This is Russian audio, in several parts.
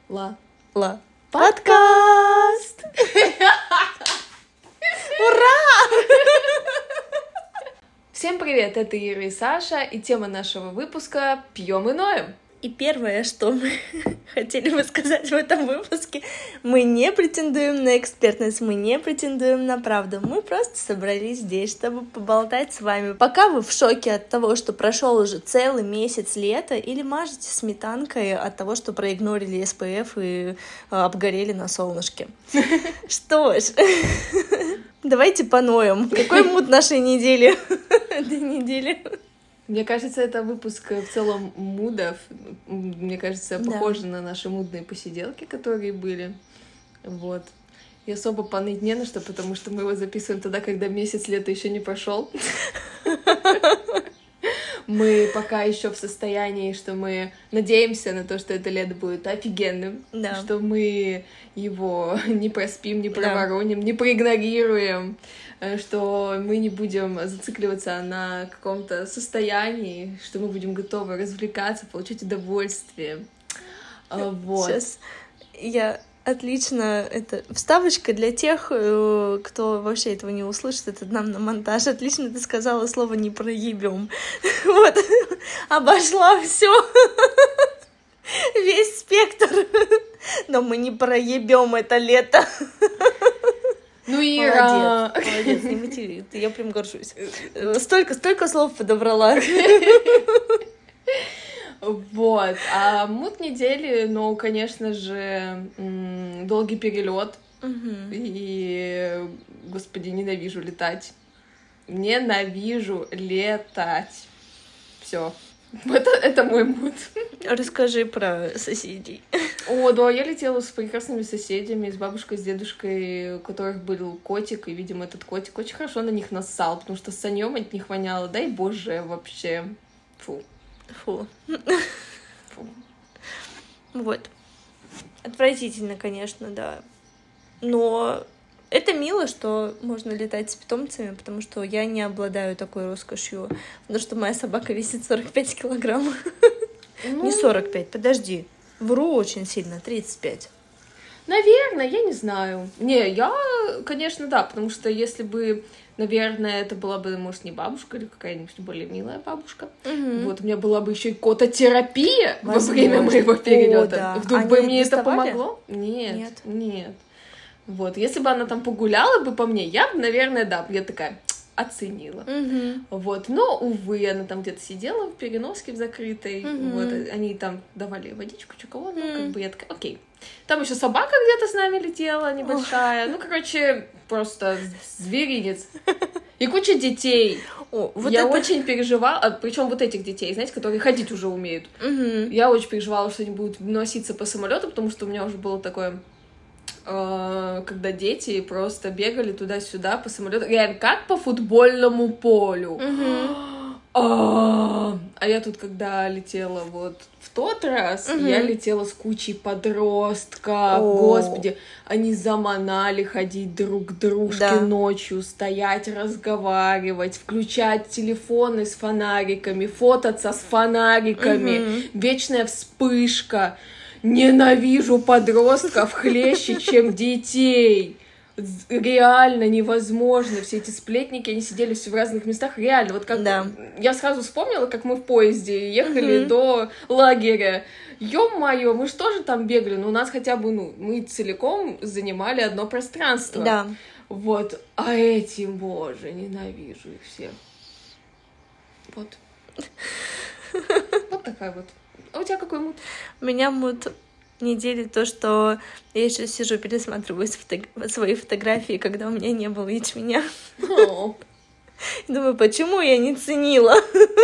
Ла. Подкаст! Ура! Всем привет, это Ира и Саша, и тема нашего выпуска «Пьем и ноем». И первое, что мы хотели бы сказать в этом выпуске, мы не претендуем на экспертность, мы не претендуем на правду, мы просто собрались здесь, чтобы поболтать с вами. Пока вы в шоке от того, что прошел уже целый месяц лета, или мажете сметанкой от того, что проигнорили СПФ и обгорели на солнышке. Что ж, давайте поноем. Какой муд нашей недели? Этой недели. Мне кажется, это выпуск в целом мудов. Мне кажется, похоже на наши мудные посиделки, которые были. Вот. И особо поныть не на что, потому что мы его записываем тогда, когда месяц лета еще не прошел. Мы пока еще в состоянии, что мы надеемся на то, что это лето будет офигенным, что мы его не проспим, не провороним, не проигнорируем, что мы не будем зацикливаться на каком-то состоянии, что мы будем готовы развлекаться, получать удовольствие. Вот. Сейчас я отлично, это вставочка для тех, кто вообще этого не услышит, это нам на монтаж. Отлично ты сказала слово «не проебем». Вот, обошла все, весь спектр. Но мы не проебем это лето. Ну, Ира! Молодец, не мотиви, я прям горжусь. Столько слов подобрала. Вот. А мут недели, ну, конечно же, долгий перелет. И, господи, ненавижу летать. Ненавижу летать. Все. Это мой мут. Расскажи про соседей. О, да, я летела с прекрасными соседями, с бабушкой, с дедушкой, у которых был котик, и, видимо, этот котик очень хорошо на них нассал, потому что санём от них воняло, дай боже, вообще. Фу. Вот. Отвратительно, конечно, да. Но это мило, что можно летать с питомцами, потому что я не обладаю такой роскошью, потому что моя собака весит 45 килограмм. Не 45, подожди. Вру очень сильно, 35. Наверное, я не знаю. Не, я, конечно, да, потому что если бы, наверное, это была бы, может, не бабушка или какая-нибудь более милая бабушка, вот, у меня была бы еще и кототерапия во время моего перелета. Вдруг бы мне это помогло? Нет. Вот, если бы она там погуляла бы по мне, я бы, наверное, да, я такая оценила. Вот, но, увы, она там где-то сидела в переноске в закрытой, вот, они там давали водичку, чоколад, ну, как бы я такая, окей. Там еще собака где-то с нами летела, небольшая, ну, короче, просто зверинец. И куча детей. Я очень переживала, причем вот этих детей, знаете, которые ходить уже умеют. Я очень переживала, что они будут носиться по самолету, потому что у меня уже было такое... когда дети просто бегали туда-сюда по самолету, реально, как по футбольному полю. А я тут, когда летела вот в тот раз, я летела с кучей подростков, господи, они заманали ходить друг к дружке ночью, стоять, разговаривать, включать телефоны с фонариками, фототься с фонариками, вечная вспышка. Ненавижу подростков хлеще, чем детей. Реально невозможно. Все эти сплетники, они сидели все в разных местах. Реально, вот как... Я сразу вспомнила, как мы в поезде ехали до лагеря. Ё-моё, мы же тоже там бегали, но у нас хотя бы, мы целиком занимали одно пространство. Да. Вот. А эти, боже, ненавижу их всех. Вот. Вот такая вот. А у тебя какой мут? У меня мут недели то, что я сейчас сижу, пересматриваю свои фотографии, когда у меня не было ячменя. Думаю, почему я не ценила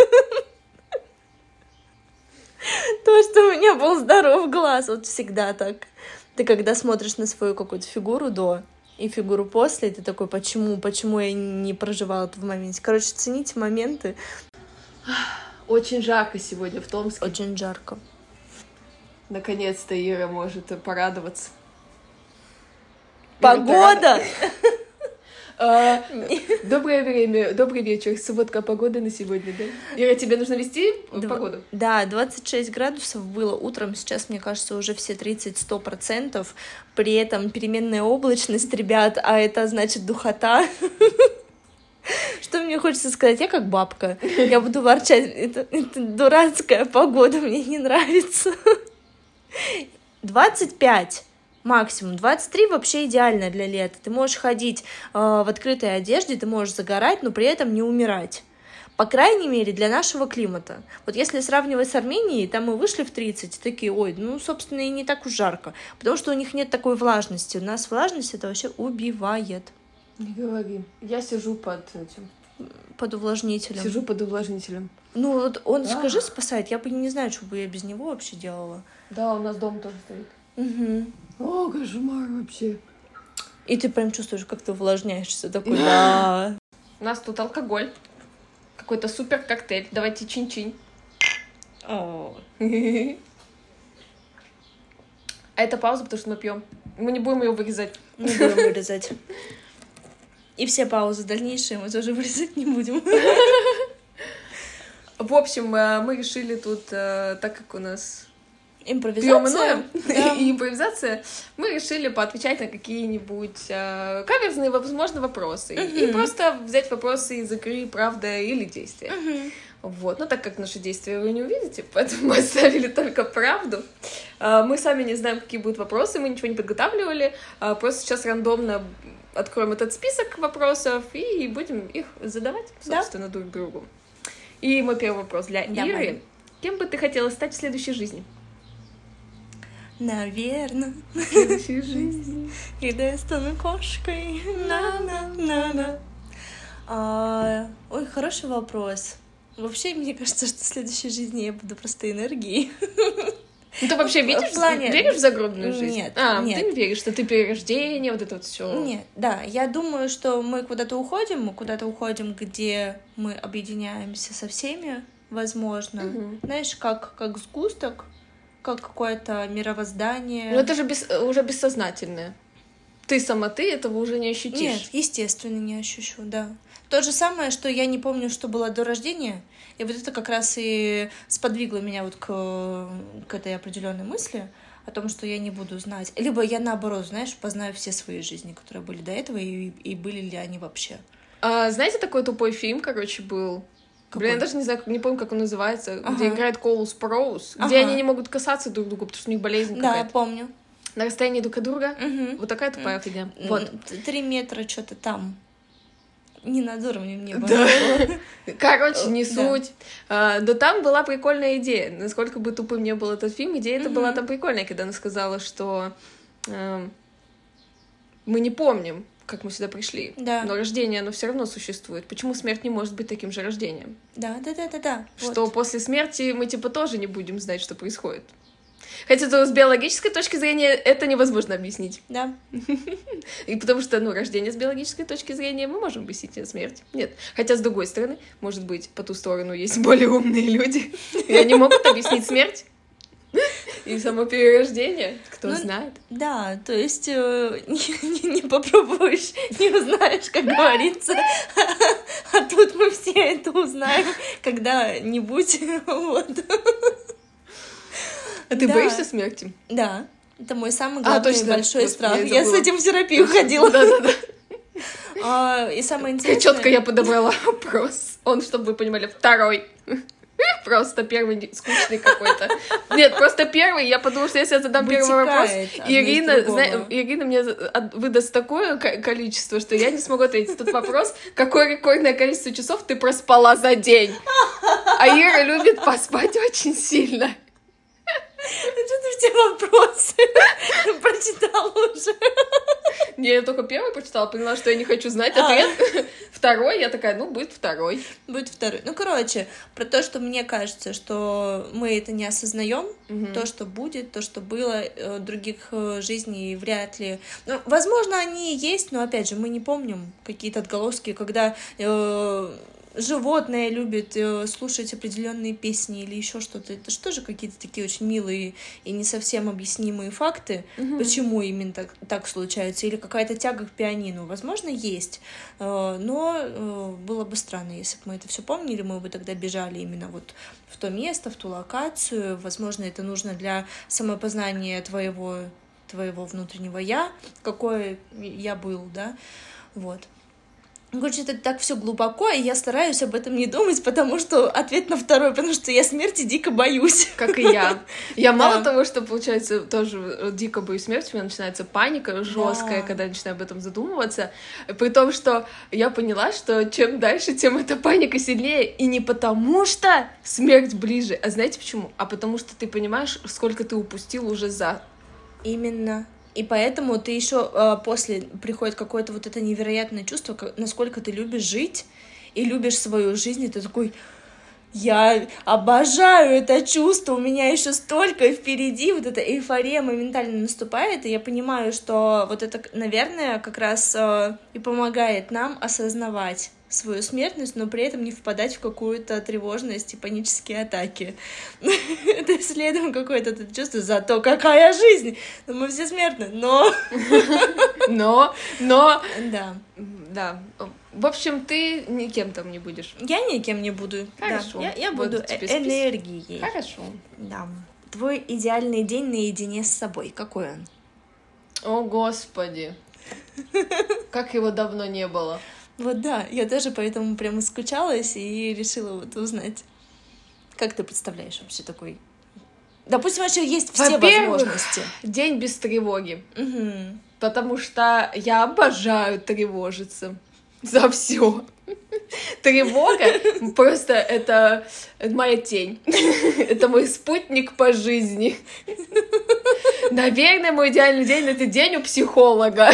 то, что у меня был здоров глаз. Вот всегда так. Ты когда смотришь на свою какую-то фигуру до и фигуру после, ты такой, почему я не проживала это в моменте. Короче, цените моменты. Очень жарко сегодня в Томске. Очень жарко. Наконец-то Ира может порадоваться. Погода! Доброе время, добрый вечер. Сводка погоды на сегодня, да? Ира, тебе нужно вести погоду? Да, 26 градусов было утром, сейчас, мне кажется, уже все 30-100%. При этом переменная облачность, ребят, а это значит духота. Что мне хочется сказать? Я как бабка. Я буду ворчать. Это дурацкая погода, мне не нравится. 25 максимум. 23 вообще идеально для лета. Ты можешь ходить в открытой одежде, ты можешь загорать, но при этом не умирать. По крайней мере, для нашего климата. Вот если сравнивать с Арменией, там мы вышли в 30, такие, ой, ну, собственно, и не так уж жарко. Потому что у них нет такой влажности. У нас влажность это вообще убивает. Не говори. Я сижу под этим. Под увлажнителем. Сижу под увлажнителем. Ну, вот он, скажи, спасает. Я бы не знаю, что бы я без него вообще делала. Да, у нас дом тоже стоит. Угу. О, кошмар вообще. И ты прям чувствуешь, как ты увлажняешься. Такой, да. У нас тут алкоголь. Какой-то супер коктейль. Давайте чин-чин. А это пауза, потому что мы пьем. Мы не будем ее вырезать. Не будем вырезать. И все паузы дальнейшие мы тоже вырезать не будем. В общем, мы решили тут, так как у нас импровизация, и импровизация, мы решили поотвечать на какие-нибудь каверзные, возможно, вопросы. И просто взять вопросы из игры «Правда или действие». Вот. Но так как наши действия вы не увидите, поэтому мы оставили только правду. Мы сами не знаем, какие будут вопросы, мы ничего не подготавливали. Просто сейчас рандомно откроем этот список вопросов и будем их задавать, собственно, друг другу. И мой первый вопрос для Иры. Кем бы ты хотела стать в следующей жизни? Наверное. В следующей жизни. Когда я стану кошкой. На-на-на-на. Ой, хороший вопрос. Вообще, мне кажется, что в следующей жизни я буду просто энергией. Ну, ты вообще веришь в загробную жизнь? Нет. Ты не веришь, что ты перерождение, вот это вот все. Нет, да, я думаю, что мы куда-то уходим, где мы объединяемся со всеми, возможно. Знаешь, как сгусток, как какое-то мировоздание. Но это же уже бессознательное. Ты сама, ты этого уже не ощутишь. Нет, естественно, не ощущу, да. То же самое, что я не помню, что было до рождения, и вот это как раз и сподвигло меня вот к этой определенной мысли о том, что я не буду знать. Либо я, наоборот, знаешь, познаю все свои жизни, которые были до этого, и были ли они вообще. Знаете, такой тупой фильм, был? Какой? Блин, я даже не знаю, не помню, как он называется, где играет Коул Спроус, где они не могут касаться друг друга, потому что у них болезнь какая-то. Да, помню. На расстоянии друг от друга. Вот такая тупая фигня. Вот. 3 метра что-то там. Не над уровнем неба. Да. Короче, не суть. Да там была прикольная идея. Насколько бы тупым не был этот фильм, идея эта была там прикольная, когда она сказала, что мы не помним, как мы сюда пришли. Да. Но рождение, оно все равно существует. Почему смерть не может быть таким же рождением? Да. Что вот. После смерти мы тоже не будем знать, что происходит. Хотя с биологической точки зрения это невозможно объяснить. Да. И потому что, рождение с биологической точки зрения мы можем объяснить, а смерть нет. Хотя, с другой стороны, может быть, по ту сторону есть более умные люди, и они могут объяснить смерть и само перерождение, кто знает. Да, то есть не попробуешь, не узнаешь, как говорится. А тут мы все это узнаем когда-нибудь. Вот. А ты боишься смерти? Да. Это мой самый главный большой страх. Я с этим в терапию точно. ходила. Да. И самое интересное... Четко я подобрала вопрос. Он, чтобы вы понимали, второй. Просто первый скучный какой-то. Нет, просто первый. Я подумала, что если я задам первый вопрос, Ирина мне выдаст такое количество, что я не смогу ответить. Тут вопрос, какое рекордное количество часов ты проспала за день? А Ира любит поспать очень сильно. Что ты все вопросы прочитала уже? Не, я только первый прочитала, поняла, что я не хочу знать ответ. Второй, я такая, будет второй. Будет второй. Короче, про то, что мне кажется, что мы это не осознаем, то, что будет, то, что было, других жизней вряд ли. Возможно, они и есть, но, опять же, мы не помним какие-то отголоски, когда... животное любит слушать определенные песни или еще что-то. Это же тоже какие-то такие очень милые и не совсем объяснимые факты, почему именно так случается. Или какая-то тяга к пианино. Возможно, есть. Но было бы странно, если бы мы это все помнили, мы бы тогда бежали именно вот в то место, в ту локацию. Возможно, это нужно для самопознания твоего внутреннего я, какой я был, да, вот. Короче, это так все глубоко, и я стараюсь об этом не думать, потому что ответ на второй, потому что я смерти дико боюсь. Как и я. Я мало того, что, получается, тоже дико боюсь смерти, у меня начинается паника жесткая, когда я начинаю об этом задумываться, при том, что я поняла, что чем дальше, тем эта паника сильнее, и не потому что смерть ближе, а знаете почему? А потому что ты понимаешь, сколько ты упустил уже за... Именно. И поэтому ты еще после приходит какое-то вот это невероятное чувство, насколько ты любишь жить и любишь свою жизнь, и ты такой, я обожаю это чувство, у меня еще столько впереди, вот эта эйфория моментально наступает, и я понимаю, что вот это, наверное, как раз и помогает нам осознавать свою смертность, но при этом не впадать в какую-то тревожность и панические атаки. Это следом какое-то это чувство, зато какая жизнь! Мы все смертны, но... Да. В общем, ты никем там не будешь. Я никем не буду. Хорошо. Да. Я буду энергией. Хорошо. Да. Твой идеальный день наедине с собой. Какой он? О, Господи. Как его давно не было. Вот да, я тоже поэтому прямо скучалась и решила вот узнать. Как ты представляешь вообще такой? Допустим, вообще есть все возможности. День без тревоги. Угу. Потому что я обожаю тревожиться за все. Тревога просто это моя тень. Это мой спутник по жизни. Наверное, мой идеальный день — это день у психолога.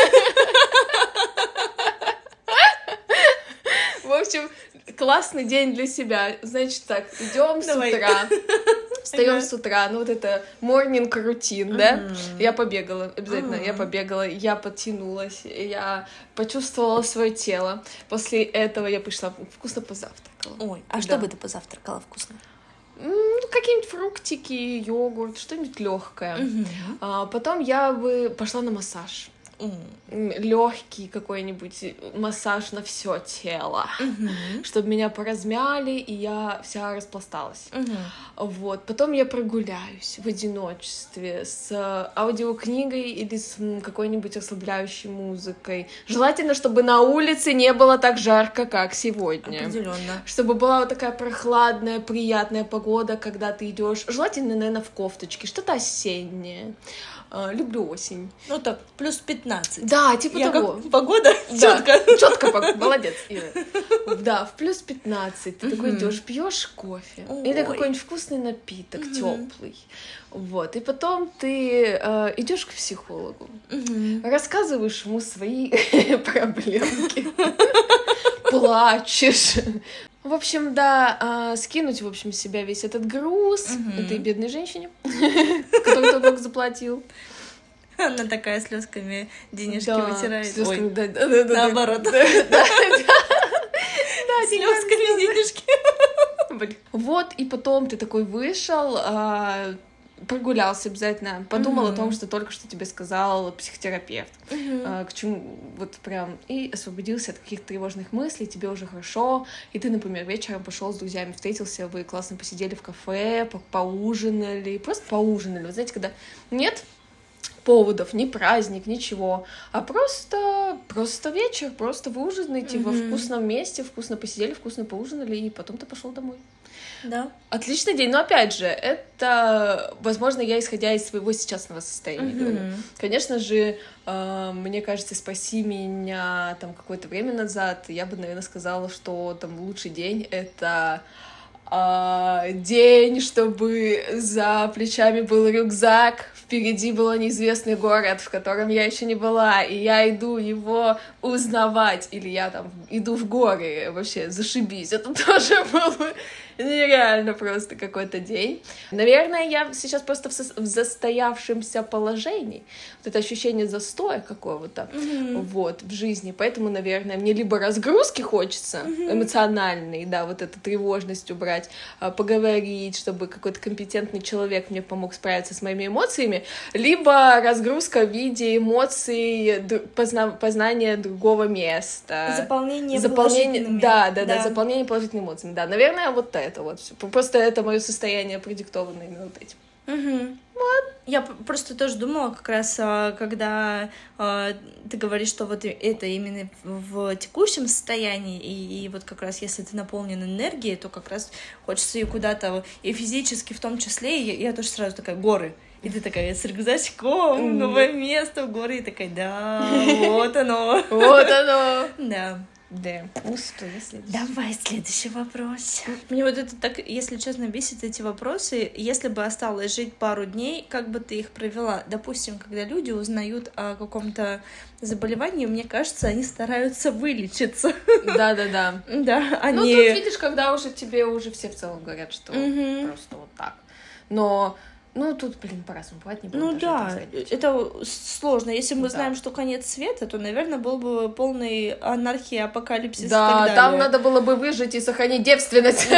В общем, классный день для себя. Значит так, идем с утра. Встаем с утра, ну вот это morning routine, да? Я побегала, обязательно, я побегала, я подтянулась, я почувствовала свое тело. После этого я пришла, вкусно позавтракала. Ой, а что бы ты позавтракала вкусно? Какие-нибудь фруктики, йогурт, что-нибудь легкое. Потом я бы пошла на массаж. Легкий какой-нибудь массаж на все тело, чтобы меня поразмяли, и я вся распласталась. Вот. Потом я прогуляюсь в одиночестве с аудиокнигой или с какой-нибудь расслабляющей музыкой. Желательно, чтобы на улице не было так жарко, как сегодня. Определенно. Чтобы была вот такая прохладная, приятная погода, когда ты идешь. Желательно, наверное, в кофточке, что-то осеннее. Люблю осень. Ну так, плюс 15. Да, типа я того. Как погода? Да, четко, молодец, Ира. Да, в плюс 15 ты такой идешь, пьешь кофе. Или какой-нибудь вкусный напиток, теплый. Вот. И потом ты идешь к психологу, рассказываешь ему свои проблемки, плачешь. В общем, да, скинуть, в общем, с себя весь этот груз этой бедной женщине, которую ты долго заплатил. Она такая слезками денежки да, вытирает. Слезками, да, наоборот. Да, слезками денежки. Вот, и потом ты такой вышел, прогулялся обязательно, подумал о том, что только что тебе сказал психотерапевт, к чему вот прям, и освободился от каких-то тревожных мыслей, тебе уже хорошо, и ты, например, вечером пошел с друзьями, встретился, вы классно посидели в кафе, поужинали, просто поужинали, вы знаете, когда нет поводов, ни праздник, ничего, а просто вечер, просто вы ужинаете во вкусном месте, вкусно посидели, вкусно поужинали, и потом ты пошел домой. Да. Отличный день, но опять же, это, возможно, я исходя из своего сейчасного состояния говорю. Конечно же, мне кажется, спаси меня там какое-то время назад, я бы, наверное, сказала, что там лучший день — это день, чтобы за плечами был рюкзак, впереди был неизвестный город, в котором я еще не была, и я иду его узнавать, или я там иду в горы, вообще зашибись, это тоже был бы Нереально просто какой-то день. Наверное, я сейчас просто в застоявшемся положении. Вот это ощущение застоя какого-то вот, в жизни. Поэтому, наверное, мне либо разгрузки хочется, эмоциональной, да, вот эту тревожность убрать, поговорить, чтобы какой-то компетентный человек мне помог справиться с моими эмоциями, либо разгрузка в виде эмоций, познания другого места. Заполнение положительными. Да, заполнение положительными эмоциями. Да, наверное, вот это вот. Просто это мое состояние продиктовано именно вот этим. Вот. Я просто тоже думала как раз, когда ты говоришь, что вот это именно в текущем состоянии, и вот как раз если ты наполнен энергией, то как раз хочется ее куда-то, и физически в том числе, и я тоже сразу такая, горы. И ты такая с рюкзачком, новое место в горы, и такая, да, вот оно. Вот оно. Да. Да. Ну что, следующий? Давай следующий вопрос. Мне вот это так, если честно, бесит эти вопросы. Если бы осталось жить пару дней, как бы ты их провела? Допустим, когда люди узнают о каком-то заболевании, мне кажется, они стараются вылечиться. Да. Да, они... Ну, тут видишь, когда уже тебе уже все в целом говорят, что просто вот так. Но... Ну, тут, по-разному бывает, не будем. Ну да, это сложно. Если мы знаем, что конец света, то, наверное, был бы полный анархия, апокалипсис и так далее. Да, там надо было бы выжить и сохранить девственность.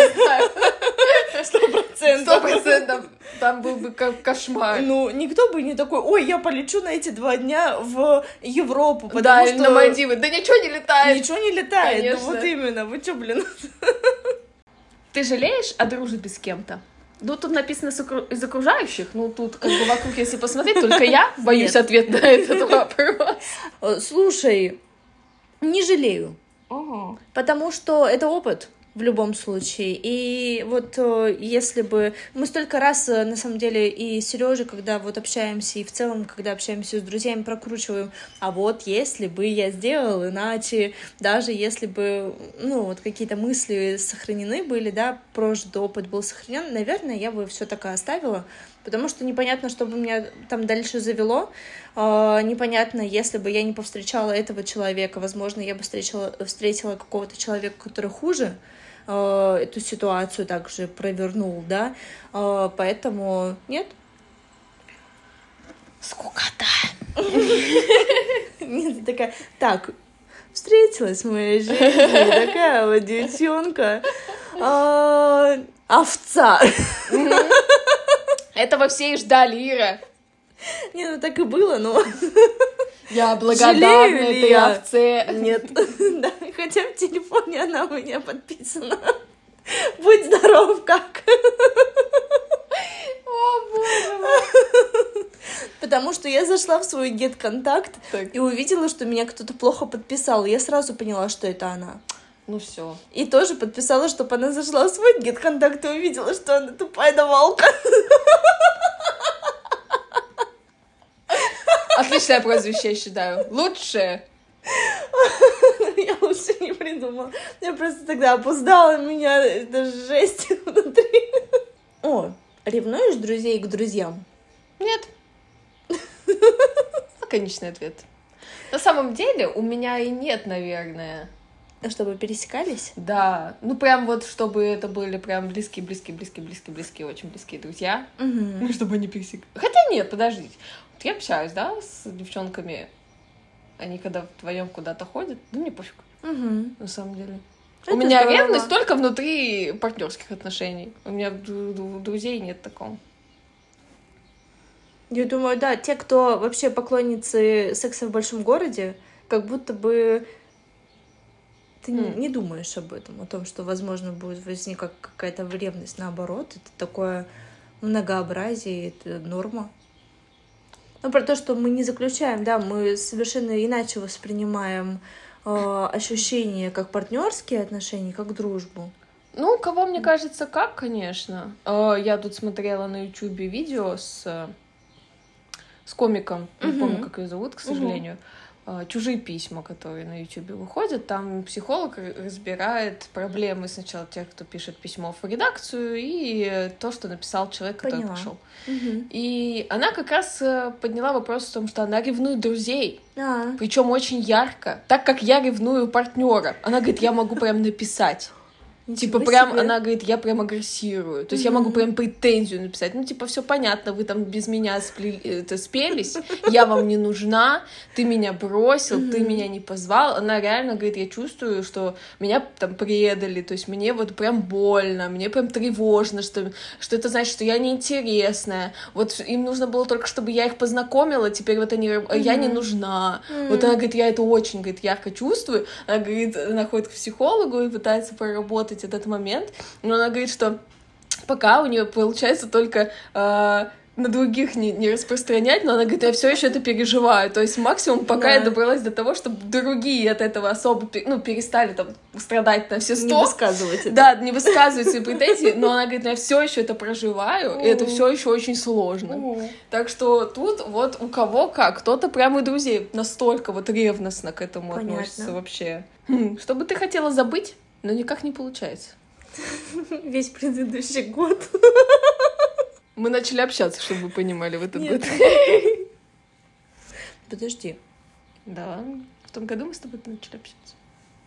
100%. Там был бы кошмар. Ну, никто бы не такой, ой, я полечу на эти 2 дня в Европу, потому да, что... или на Мальдивы. Да ничего не летает. Ничего не летает, конечно. Ну вот именно, вы чё, блин? Ты жалеешь о дружбе с кем-то? Ну, тут написано из окружающих, ну, тут как бы вокруг, если посмотреть, только я боюсь ответ на этот вопрос. Слушай, не жалею, потому что это опыт в любом случае, и вот если бы... Мы столько раз, на самом деле, и с Серёжей, когда вот общаемся, и в целом, когда общаемся с друзьями, прокручиваем, а вот если бы я сделал иначе, даже если бы, ну, вот какие-то мысли сохранены были, да, прожитый опыт был сохранен, наверное, я бы все так и оставила, потому что непонятно, что бы меня там дальше завело, непонятно, если бы я не повстречала этого человека, возможно, я бы встретила какого-то человека, который хуже эту ситуацию также провернул, да, поэтому нет. Скукота. Нет, такая, так, встретилась в моей жизни такая вот девчонка, овца. Этого все и ждали, Ира. Не, ну так и было, но... Я благодарна этой овце. Нет, да, хотя в телефоне она у меня подписана. Будь здоров, как? О, боже мой. Потому что я зашла в свой GetContact и увидела, что меня кто-то плохо подписал. Я сразу поняла, что это она. Ну все. И тоже подписала, чтобы она зашла в свой GetContact и увидела, что она тупая давалка. Отличное прозвище, я считаю. Лучшее. Я лучше не придумала. Я просто тогда опоздала, меня это жесть внутри. О, ревнуешь друзей к друзьям? Нет. Лаконичный ответ. На самом деле у меня и нет, наверное. Чтобы пересекались? Да. Ну, прям вот, чтобы это были прям близкие, очень близкие друзья. Угу. Чтобы они пересекались. Хотя нет, подождите. Вот я общаюсь, да, с девчонками. Они когда вдвоем куда-то ходят, ну, мне пофиг. Угу. На самом деле. Это у меня здорово. ревность только внутри партнерских отношений. У меня друзей нет такого. Я думаю, да, те, кто вообще поклонницы секса в большом городе, как будто бы ты не думаешь об этом, о том, что, возможно, будет возникать какая-то ревность. Наоборот, это такое многообразие, это норма. Ну, про то, что мы не заключаем, да, мы совершенно иначе воспринимаем ощущения как партнерские отношения, как дружбу. Ну, кого, мне кажется, как, конечно. Я тут смотрела на Ютубе видео с комиком, не помню, как ее зовут, к сожалению, «Чужие письма», которые на Ютубе выходят. Там психолог разбирает проблемы сначала тех, кто пишет письмо в редакцию, и то, что написал человек, который пошел. И она как раз подняла вопрос о том, что она ревнует друзей, причем очень ярко, так как я ревную партнера. Она говорит, я могу прям написать. Типа прям, она говорит, я прям агрессирую. То есть я могу прям претензию написать. Ну, типа, все понятно, вы там без меня спелись, я вам не нужна, ты меня бросил, ты меня не позвал. Она реально говорит, я чувствую, что меня там предали, то есть мне вот прям больно, мне прям тревожно, что это значит, что я неинтересная. Вот им нужно было только, чтобы я их познакомила, теперь вот я не нужна. Вот она говорит, я это очень, говорит, ярко чувствую. Она говорит, она ходит к психологу и пытается проработать этот момент, но она говорит, что пока у нее получается только на других не распространять, но она говорит, я все еще это переживаю, то есть максимум, пока я добралась до того, чтобы другие от этого особо, перестали там страдать на все 100. Не высказывать это. Да, не высказывать свои претензии, но она говорит, я все еще это проживаю, и это все еще очень сложно. Так что тут вот у кого как, кто-то прямо и друзей настолько вот ревностно к этому относится вообще. Что бы ты хотела забыть, но никак не получается. Весь предыдущий год. Мы начали общаться, чтобы вы понимали, в этот год. Подожди. Да, в том году мы с тобой начали общаться.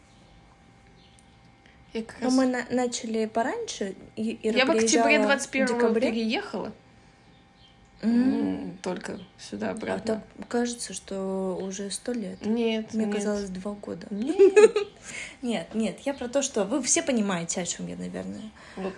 Но мы начали пораньше. Я в октябре 21-го переехала. Только сюда, обратно. А так кажется, что уже 100 лет. Нет, Мне казалось 2 года. Нет, я про то, что вы все понимаете, о чем я, наверное.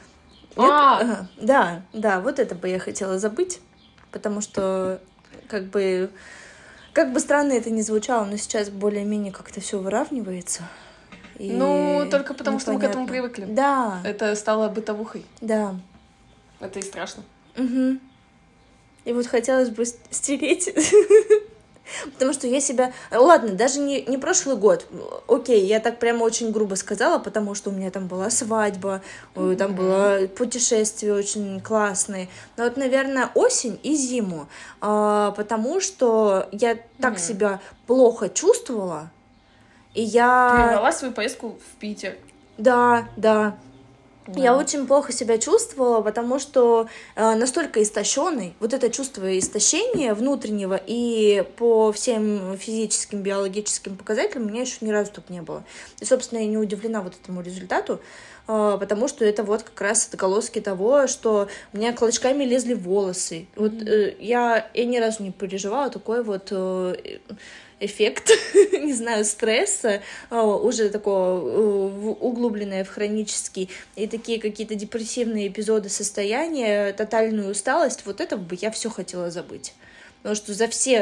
Да, вот это бы я хотела забыть, потому что как бы странно это ни звучало, но сейчас более-менее как-то все выравнивается. Ну, только потому что мы к этому привыкли. Да. Это стало бытовухой. Да. Это и страшно. Угу. И вот хотелось бы стереть, потому что я себя... Ладно, даже не прошлый год, окей, я так прямо очень грубо сказала, потому что у меня там была свадьба, там было путешествие очень классное, но вот, наверное, осень и зиму, потому что я так себя плохо чувствовала, и я... Прервала свою поездку в Питер. Да. Я очень плохо себя чувствовала, потому что настолько истощенной, вот это чувство истощения внутреннего и по всем физическим, биологическим показателям у меня еще ни разу так не было. И, собственно, я не удивлена вот этому результату, потому что это вот как раз отголоски того, что у меня клочками лезли волосы. Вот я ни разу не переживала такой вот эффект, не знаю, стресса, уже такого углубленное в хронический, и такие какие-то депрессивные эпизоды состояния, тотальную усталость, вот это бы я все хотела забыть. Потому что за все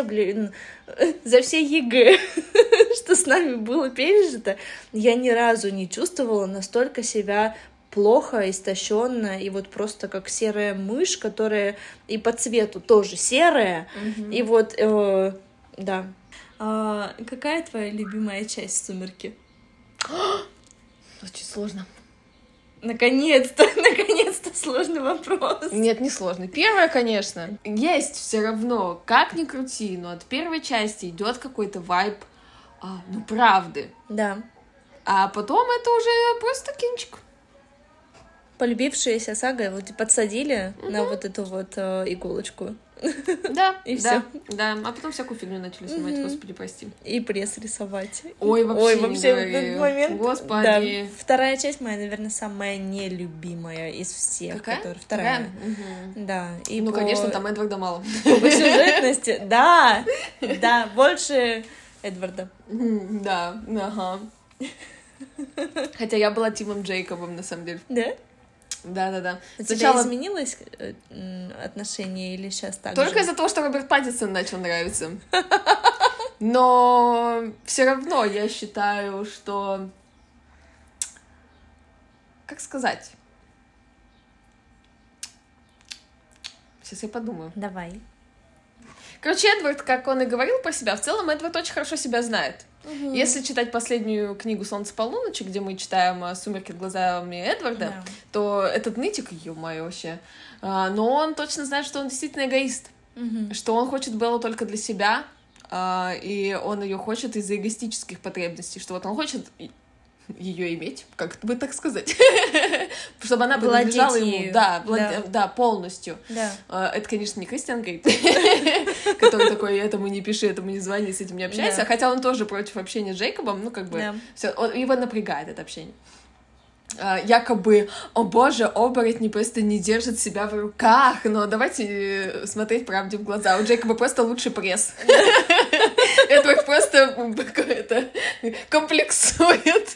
ЕГЭ, что с нами было пережито, я ни разу не чувствовала настолько себя плохо, истощенно, и вот просто как серая мышь, которая и по цвету тоже серая, и вот, да. Какая твоя любимая часть «Сумерки»? Очень сложно. Наконец-то сложный вопрос. Нет, не сложный. Первое, конечно, есть все равно, как ни крути, но от первой части идет какой-то вайб, правды. Да. А потом это уже просто кинчик. Полюбившаяся сага, вот подсадили на вот эту вот иголочку. Да, и все. Да, а потом всякую фигню начали снимать, господи, прости. И пресс рисовать. Ой, вообще в этот момент. Господи. Да. Вторая часть моя, наверное, самая нелюбимая из всех. Какая? Вторая. Да. И конечно, там Эдварда мало. По сюжетности, да, больше Эдварда. Да, ага. Хотя я была Тимом Джейкобом, на самом деле. Да? Да. У тебя изменилось отношение или сейчас так Только из-за того, что Роберт Паттинсон начал нравиться. Но все равно я считаю, что... Как сказать? Сейчас я подумаю. Давай. Короче, Эдвард, как он и говорил про себя, в целом Эдвард очень хорошо себя знает. Если читать последнюю книгу «Солнце полуночи», где мы читаем «Сумерки глазами Эдварда», то этот нытик, ё-моё, вообще, но он точно знает, что он действительно эгоист, что он хочет Беллу только для себя, и он ее хочет из-за эгоистических потребностей, что вот он хочет ее иметь, как бы так сказать, чтобы она принадлежала ему, да, полностью. Да. Это, конечно, не Кристиан Грейт, который такой, этому не пиши, этому не звони, с этим не общайся, хотя он тоже против общения с Джейкобом, его напрягает это общение. якобы, о боже, оборотни просто не держат себя в руках, но давайте смотреть правде в глаза, у Джейкоба просто лучший пресс. Эдвард просто какой-то комплексует.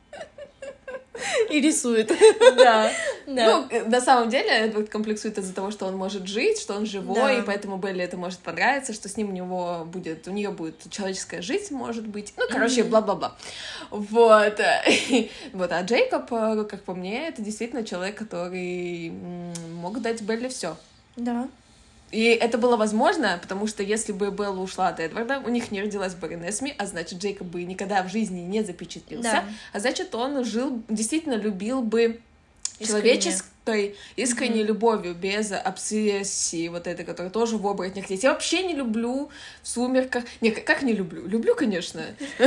И рисует. Да. Ну, на самом деле, Эдвард комплексует из-за того, что он может жить, что он живой, и поэтому Белли это может понравиться, что с ним у нее будет человеческая жизнь, может быть. Ну, короче, бла-бла-бла. Вот. Вот. А Джейкоб, как по мне, это действительно человек, который мог дать Белли все. Да. И это было возможно, потому что если бы Белла ушла от Эдварда, у них не родилась бы Ренесми, а значит, Джейкоб бы никогда в жизни не запечатлился, а значит, он жил, действительно любил бы человеческой, искренней любовью, без обсессии вот этой, которая тоже в оборотнях есть. Я вообще не люблю в «Сумерках». Не, как не люблю? Люблю, конечно,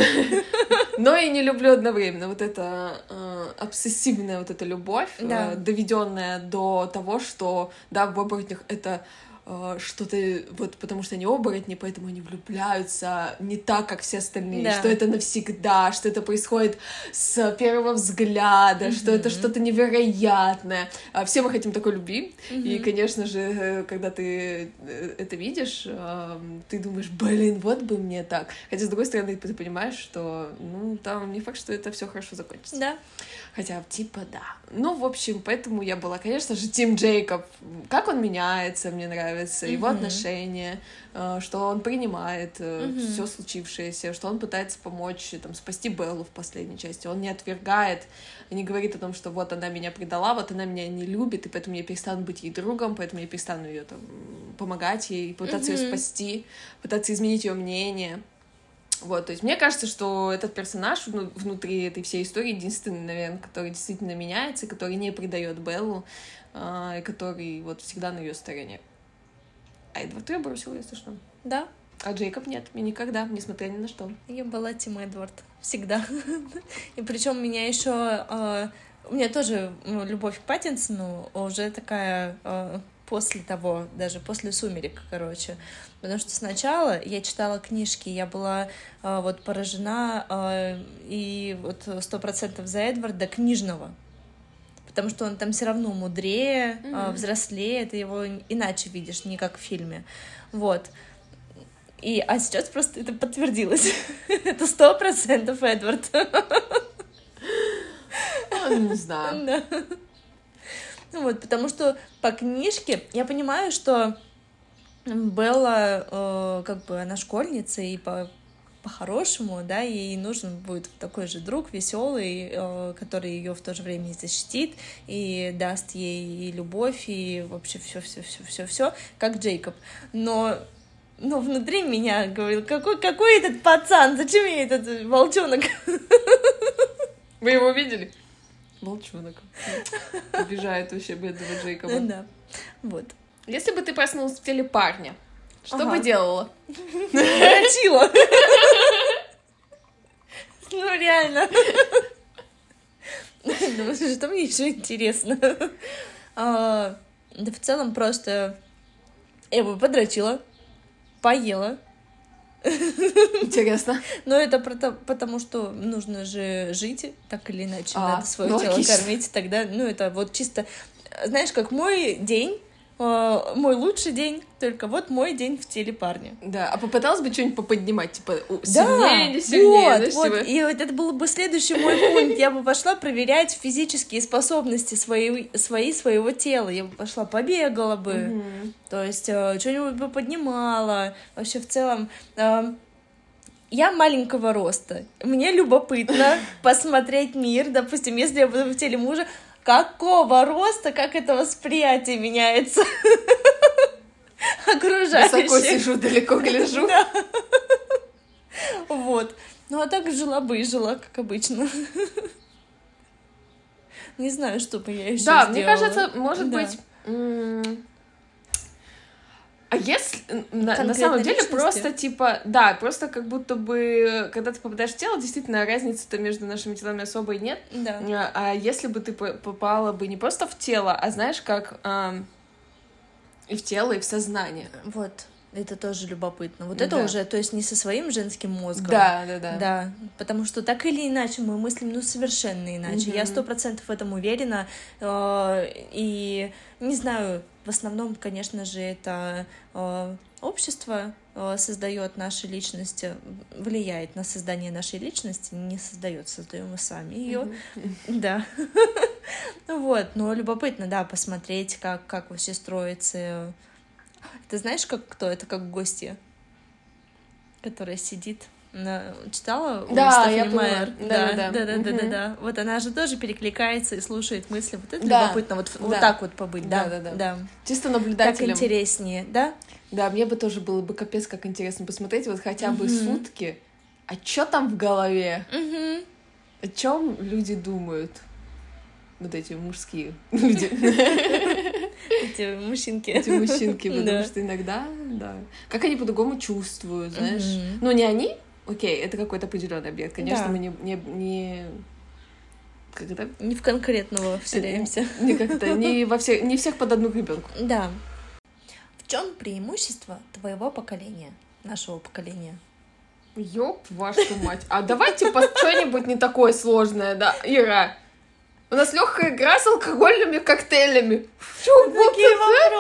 но и не люблю одновременно. Вот эта обсессивная вот эта любовь, доведенная до того, что, да, в оборотнях это что-то, вот потому что они оборотни, поэтому они влюбляются не так, как все остальные, что это навсегда, что это происходит с первого взгляда, что это что-то невероятное. Все мы хотим такой любви, и, конечно же, когда ты это видишь, ты думаешь, блин, вот бы мне так. Хотя, с другой стороны, ты понимаешь, что, ну, там не факт, что это все хорошо закончится. Да. Хотя, типа, да. Ну, в общем, поэтому я была, конечно же, Тим Джейкоб. Как он меняется, мне нравится, его отношения, что он принимает все случившееся, что он пытается помочь, там, спасти Беллу в последней части. Он не отвергает, не говорит о том, что вот она меня предала, вот она меня не любит, и поэтому я перестану быть ей другом, поэтому я перестану ее там помогать ей, пытаться ее спасти, пытаться изменить ее мнение. Вот, то есть мне кажется, что этот персонаж внутри этой всей истории единственный, наверное, который действительно меняется, который не предает Беллу, и который вот всегда на ее стороне. А Эдвард ее бросил, если что. Да. А Джейкоб нет, и никогда, несмотря ни на что. Я была Тим Эдвард. Всегда. И причем меня еще... У меня тоже любовь к Паттинсону уже такая... после того, даже после «Сумерек», короче. Потому что сначала я читала книжки, я была вот поражена и вот 100% за Эдварда книжного. Потому что он там все равно мудрее, взрослее, ты его иначе видишь, не как в фильме. Вот. А сейчас просто это подтвердилось. Это 100% Эдвард. Не знаю. Да. Вот, потому что по книжке я понимаю, что Белла, как бы, она школьница, и по-хорошему, да, ей нужен будет такой же друг, веселый, который ее в то же время и защитит, и даст ей и любовь, и вообще все, как Джейкоб. Но внутри меня говорил, какой этот пацан, зачем мне этот волчонок? Вы его видели? Волчонок. Обижает вообще бедного Джейкоба. Да, вот. Если бы ты проснулась в теле парня, что бы делала? Дрочила. Ну, реально. Ну, что мне еще интересно? Да в целом просто я бы подрочила, поела. Интересно. Но это потому, что нужно же жить, так или иначе, надо свое тело кормить, тогда, ну, это вот чисто, знаешь, как мой день, мой лучший день, только вот мой день в теле парня. Да, а попыталась бы что-нибудь поподнимать, типа, сильнее, не сильнее? Вот, и вот это был бы следующий мой пункт, я бы пошла проверять физические способности своего тела, я бы пошла побегала бы, то есть что-нибудь бы поднимала, вообще в целом... Я маленького роста, мне любопытно посмотреть мир, допустим, если я буду в теле мужа, какого роста, как это восприятие меняется окружающих. Высоко сижу, далеко гляжу. Да. Вот. Ну, а так жила бы и жила, как обычно. Не знаю, что бы я еще сделала. Да, мне кажется, может быть... А если на самом деле просто типа, да, просто как будто бы, когда ты попадаешь в тело, действительно разницы-то между нашими телами особой нет. Да. А если бы ты попала бы не просто в тело, а знаешь, как и в тело, и в сознание. Вот. Это тоже любопытно. Вот это уже, то есть не со своим женским мозгом. Да. Потому что так или иначе мы мыслим, совершенно иначе. Я 100% в этом уверена. И не знаю, в основном, конечно же, это общество создает наши личности, влияет на создание нашей личности, не создает, создаем мы сами ее. Да. Вот, но любопытно, да, посмотреть, как вообще строится. Ты знаешь, кто это, как гостья, которая сидит? Читала у Стефани Майер? Да. Вот она же тоже перекликается и слушает мысли. Вот это любопытно, вот так вот побыть. Да. Чисто наблюдателем. Так интереснее, да? Да, мне бы тоже было бы капец как интересно посмотреть вот хотя бы сутки, а чё там в голове? О чем люди думают? Вот эти мужские люди. Эти мужчинки, потому что иногда, да. Как они по-другому чувствуют, знаешь? Ну, не они, окей, это какой-то определенный объект. Конечно, мы не как это? Не в конкретного вселяемся. Не всех под одну гребенку. Да. В чем преимущество твоего поколения, нашего поколения? Ёб вашу мать. А давайте что-нибудь не такое сложное, да, Ира? У нас легкая игра с алкогольными коктейлями. Такие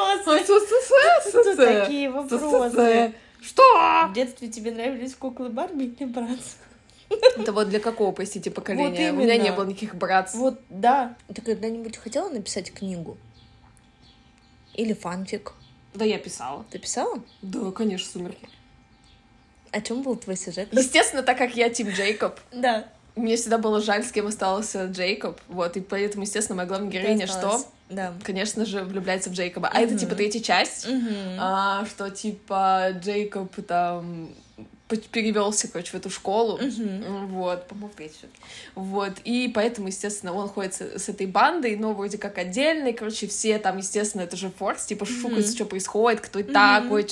вопросы. Такие вопросы. Что? В детстве тебе нравились куклы Барби или Братц? Это вот для какого, простите, поколения? У меня не было никаких Братц. Вот, да. Ты когда-нибудь хотела написать книгу? Или фанфик? Да, я писала. Ты писала? Да, конечно, «Сумерки». О чем был твой сюжет? Естественно, так как я Тим Джейкоб. Да. Мне всегда было жаль, с кем остался Джейкоб, вот, и поэтому, естественно, моя главная героиня, конечно же, влюбляется в Джейкоба. А это, типа, третья часть, что, типа, Джейкоб там перевелся, короче, в эту школу, вот, по-моему, третью. Вот, и поэтому, естественно, он ходит с этой бандой, но вроде как отдельный, короче, все там, естественно, это же Форкс, типа, шушукаются, что происходит, кто и такой,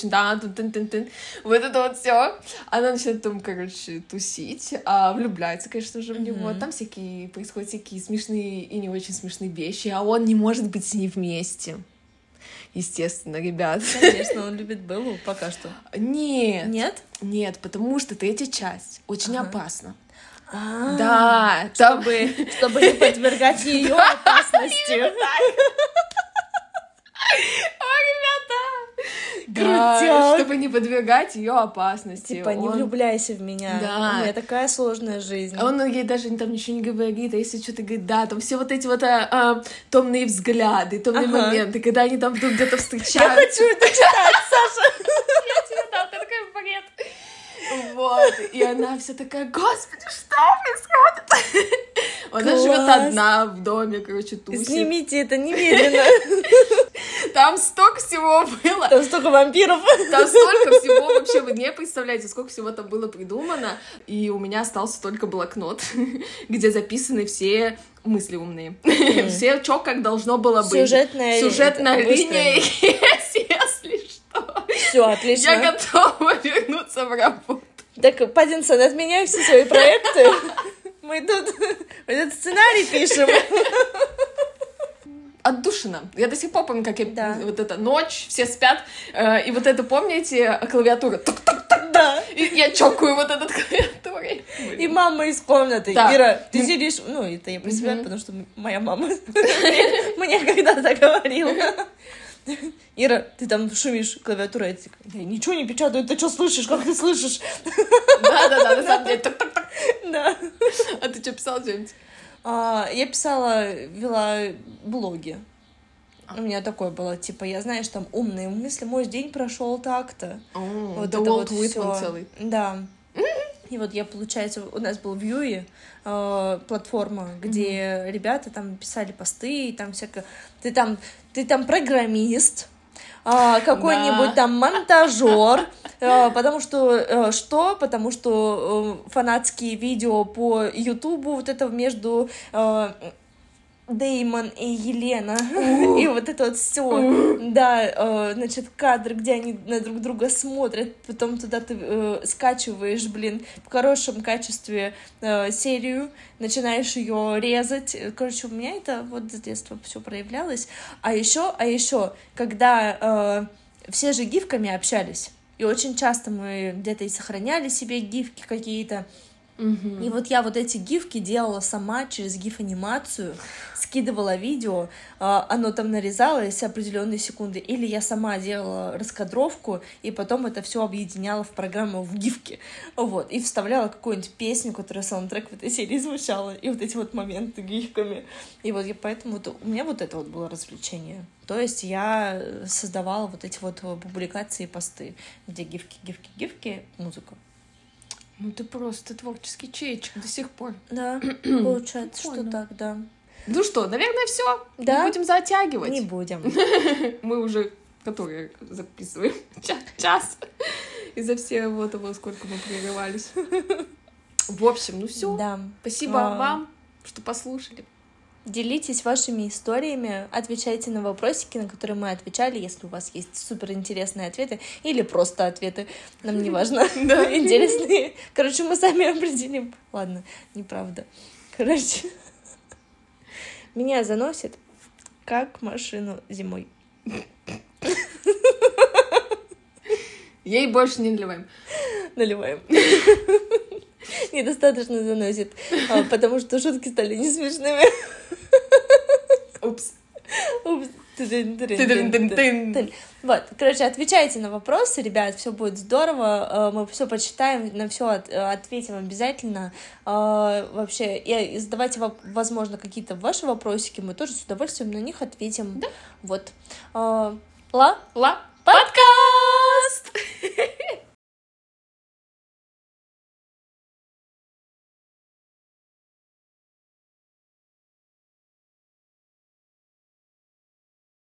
вот это вот все. Она начинает там, короче, тусить, влюбляется, конечно же, в него, там происходят всякие смешные и не очень смешные вещи, а он не может быть с ней вместе. Естественно, ребят. Конечно, он любит Беллу пока что. Нет. Нет? Нет, потому что третья часть очень опасна. Да, чтобы не подвергать ее опасности. Да, чтобы не подвергать ее опасности. Типа, не влюбляйся в меня. Да. У меня такая сложная жизнь. А он ей даже там ничего не говорит, а если что-то говорит, да, там все вот эти вот томные взгляды, томные моменты, когда они там вдруг где-то встречаются. Я хочу это читать, Саша. Я тебе дам, ты такой бред. Вот, и она вся такая, господи, что происходит? Она живет одна в доме, короче, тусит. Снимите это немедленно. Там столько всего было. Там столько вампиров. Там столько всего, вообще вы не представляете, сколько всего там было придумано. И у меня остался только блокнот, где записаны все мысли умные. Все, что как должно было быть. Сюжетная линия, если что. Все, отлично. Я готова вернуться в работу. Так, Паддинсон, отменяй все свои проекты. Мы тут этот сценарий пишем. Отдушина. Я до сих пор помню, как я вот эта ночь, все спят, и вот это, помните, клавиатура? Да. И я чокаю вот этот клавиатурой. И мама из комнаты. Да. Ира, ты сидишь... Ну, это я про себя, потому что моя мама мне когда-то говорила. Ира, ты там шумишь клавиатурой. Я ничего не печатаю, ты что слышишь? Как ты слышишь? Да, на самом деле. Да. А ты что, писала что-нибудь? Я вела блоги. У меня такое было, типа, я, знаешь, там умные мысли, мой день прошел так-то. Вот это вот всё. Целый. Да. И вот я, получается, у нас был Вьюи, платформа, где ребята там писали посты, и там всякое... Ты там программист, какой-нибудь там монтажер, потому что фанатские видео по Ютубу, вот это между Дэймон и Елена, и вот это вот все, да, значит, кадр, где они на друг друга смотрят, потом туда ты скачиваешь, в хорошем качестве серию, начинаешь ее резать, короче, у меня это вот с детства все проявлялось, а еще, когда все же гифками общались, и очень часто мы где-то и сохраняли себе гифки какие-то. И вот я вот эти гифки делала сама через гиф-анимацию, скидывала видео, оно там нарезалось определенные секунды, или я сама делала раскадровку, и потом это все объединяла в программу в гифке, вот, и вставляла какую-нибудь песню, которая саундтрек в этой серии звучала, и вот эти вот моменты гифками. И вот поэтому вот, у меня вот это вот было развлечение. То есть я создавала вот эти вот публикации и посты, где гифки, музыка. Ну ты просто творческий чайчик до сих пор. Да, получается, что так, да. Ну что, наверное, все. Да? Не будем затягивать. Не будем. Мы уже, который записываем, час. Из-за всего того, сколько мы прерывались. В общем, ну все. Да. Спасибо вам, что послушали. Делитесь вашими историями, отвечайте на вопросики, на которые мы отвечали, если у вас есть суперинтересные ответы или просто ответы, нам не важно, интересные. Короче, мы сами определим. Ладно, неправда. Короче, меня заносит, как машину зимой. Ей больше не наливаем. Наливаем. Недостаточно заносит, потому что шутки стали не смешными. Упс. Вот, короче, отвечайте на вопросы, ребят, все будет здорово, мы все почитаем, на все ответим обязательно. Вообще, и задавайте, возможно, какие-то ваши вопросики, мы тоже с удовольствием на них ответим. Да. Вот. Подкаст!